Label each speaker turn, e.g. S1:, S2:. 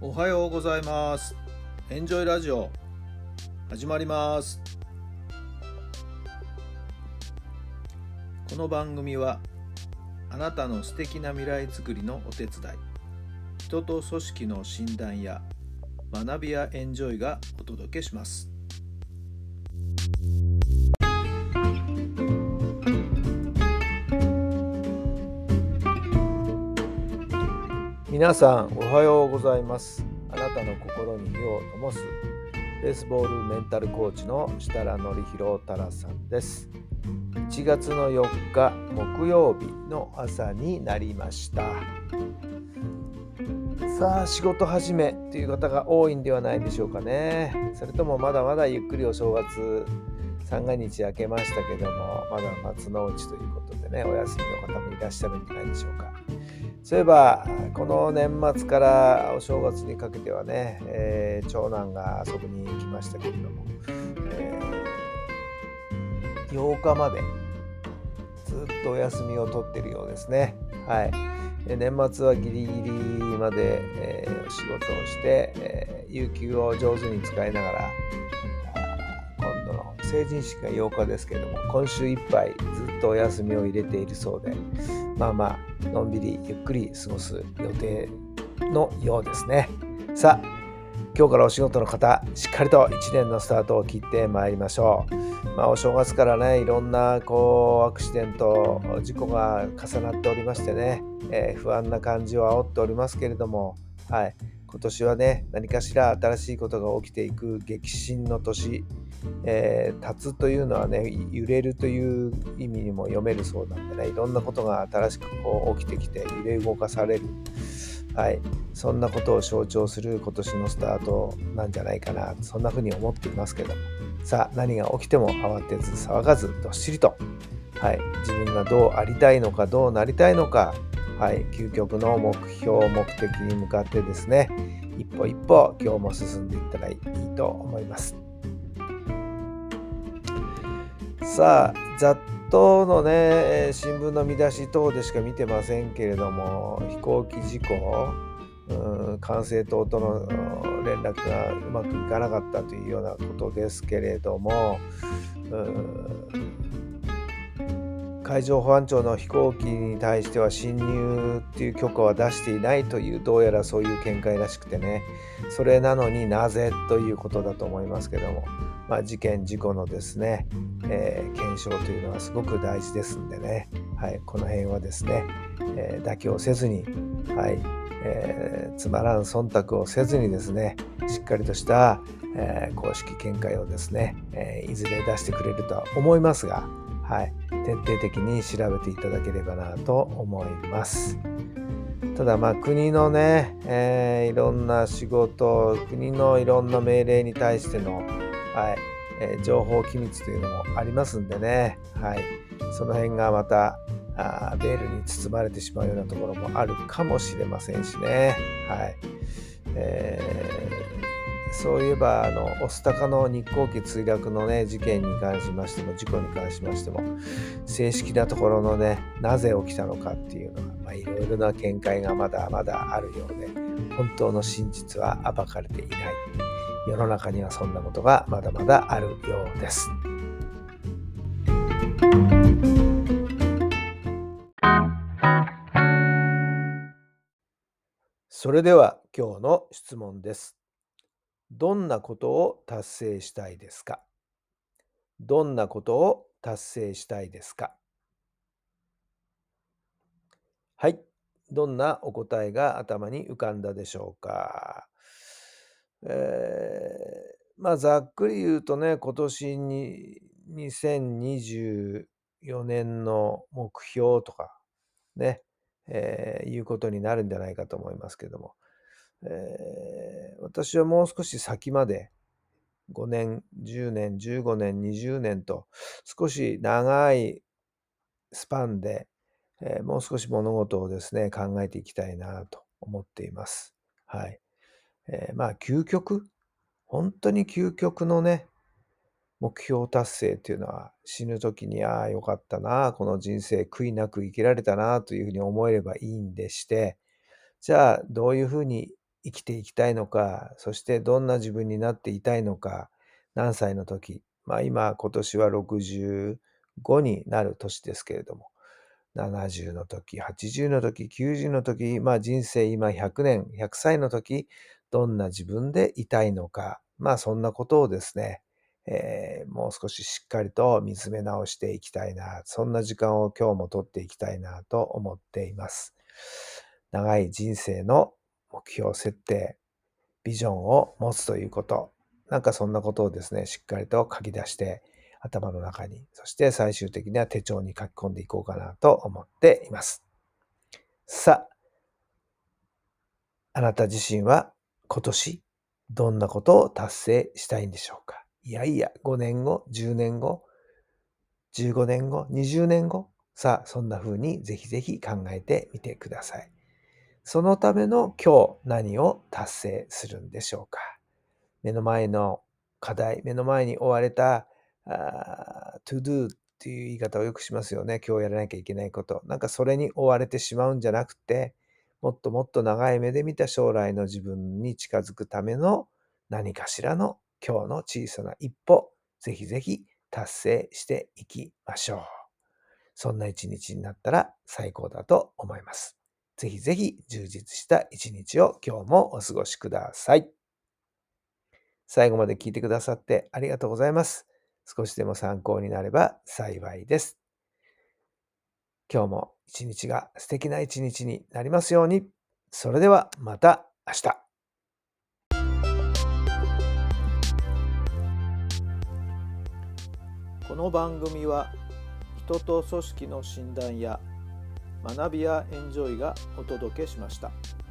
S1: おはようございます。エンジョイラジオ始まります。この番組はあなたの素敵な未来づくりのお手伝い、人と組織の診断や学びやエンジョイがお届けします。皆さんおはようございます。あなたの心に火を灯すベースボールメンタルコーチの設楽範弘太良さんです。1月の4日木曜日の朝になりました。さあ仕事始めという方が多いんではないでしょうかね。それともまだまだゆっくりお正月三が日明けましたけども、まだ松の内ということでね、お休みの方もいらっしゃるんじゃないでしょうか。そういえばこの年末からお正月にかけてはね、長男が遊びに来ましたけれども、8日までずっとお休みを取っているようですね。はい。年末はギリギリまで、お仕事をして、有給を上手に使いながら、今度の成人式が8日ですけれども、今週いっぱいずっとお休みを入れているそうで、のんびりゆっくり過ごす予定のようですね。さあ、今日からお仕事の方、しっかりと1年のスタートを切ってまいりましょう。お正月からね、いろんなアクシデント、事故が重なっておりましてね、不安な感じを煽っておりますけれども、はい、今年はね、何かしら新しいことが起きていく激震の年、立つというのはね、揺れるという意味にも読めるそうなんでね、いろんなことが新しく起きてきて揺れ動かされる、はい、そんなことを象徴する今年のスタートなんじゃないかな、そんなふうに思っていますけども、さあ何が起きても慌てず騒がずどっしりと、はい、自分がどうありたいのかどうなりたいのか、はい、究極の目標目的に向かってですね、一歩一歩今日も進んでいったらいいと思います。さあざっとのね、新聞の見出し等でしか見てませんけれども、飛行機事故、管制塔との連絡がうまくいかなかったというようなことですけれども、海上保安庁の飛行機に対しては侵入っていう許可は出していないという、どうやらそういう見解らしくてね、それなのになぜということだと思いますけども、事件事故のですね、検証というのはすごく大事ですんでね、はい、この辺はですね、妥協せずに、はい、つまらん忖度をせずにですね、しっかりとした、公式見解をですね、いずれ出してくれるとは思いますが、はい、徹底的に調べていただければなと思います。ただ国のね、いろんな仕事、国のいろんな命令に対しての、はい、情報機密というのもありますんでね、はい、その辺がまたベールに包まれてしまうようなところもあるかもしれませんしね。はい。そういえば御巣鷹の日航機墜落のね事件に関しましても、事故に関しましても、正式なところのね、なぜ起きたのかっていうのはいろいろな見解がまだまだあるようで、本当の真実は暴かれていない。世の中にはそんなことがまだまだあるようです。それでは今日の質問です。どんなことを達成したいですか？どんなことを達成したいですか？はい。どんなお答えが頭に浮かんだでしょうか？ざっくり言うとね、今年に2024年の目標とかね、いうことになるんじゃないかと思いますけども、私はもう少し先まで5年、10年、15年、20年と少し長いスパンで、もう少し物事をですね、考えていきたいなと思っています。はい。究極、本当に究極のね、目標達成っていうのは、死ぬ時に、ああ、よかったな、この人生悔いなく生きられたなというふうに思えればいいんでして、じゃあ、どういうふうに生きていきたいのか、そしてどんな自分になっていたいのか、何歳の時、今年は65になる年ですけれども、70の時、80の時、90の時、人生今100年、100歳の時、どんな自分でいたいのか、そんなことをですね、もう少ししっかりと見つめ直していきたいな、そんな時間を今日も取っていきたいなと思っています。長い人生の目標設定、ビジョンを持つということ、そんなことをですね、しっかりと書き出して頭の中に、そして最終的には手帳に書き込んでいこうかなと思っています。さあ、あなた自身は今年どんなことを達成したいんでしょうか。いやいや、5年後、10年後、15年後、20年後、さあ、そんな風にぜひぜひ考えてみてください。そのための今日何を達成するんでしょうか。目の前の課題、目の前に追われた、to do っていう言い方をよくしますよね。今日やらなきゃいけないこと。それに追われてしまうんじゃなくて、もっともっと長い目で見た将来の自分に近づくための何かしらの今日の小さな一歩、ぜひぜひ達成していきましょう。そんな一日になったら最高だと思います。ぜひぜひ充実した一日を今日もお過ごしください。最後まで聞いてくださってありがとうございます。少しでも参考になれば幸いです。今日も一日が素敵な一日になりますように。それではまた明日。この番組は人と組織の診断や学びやエンジョイがお届けしました。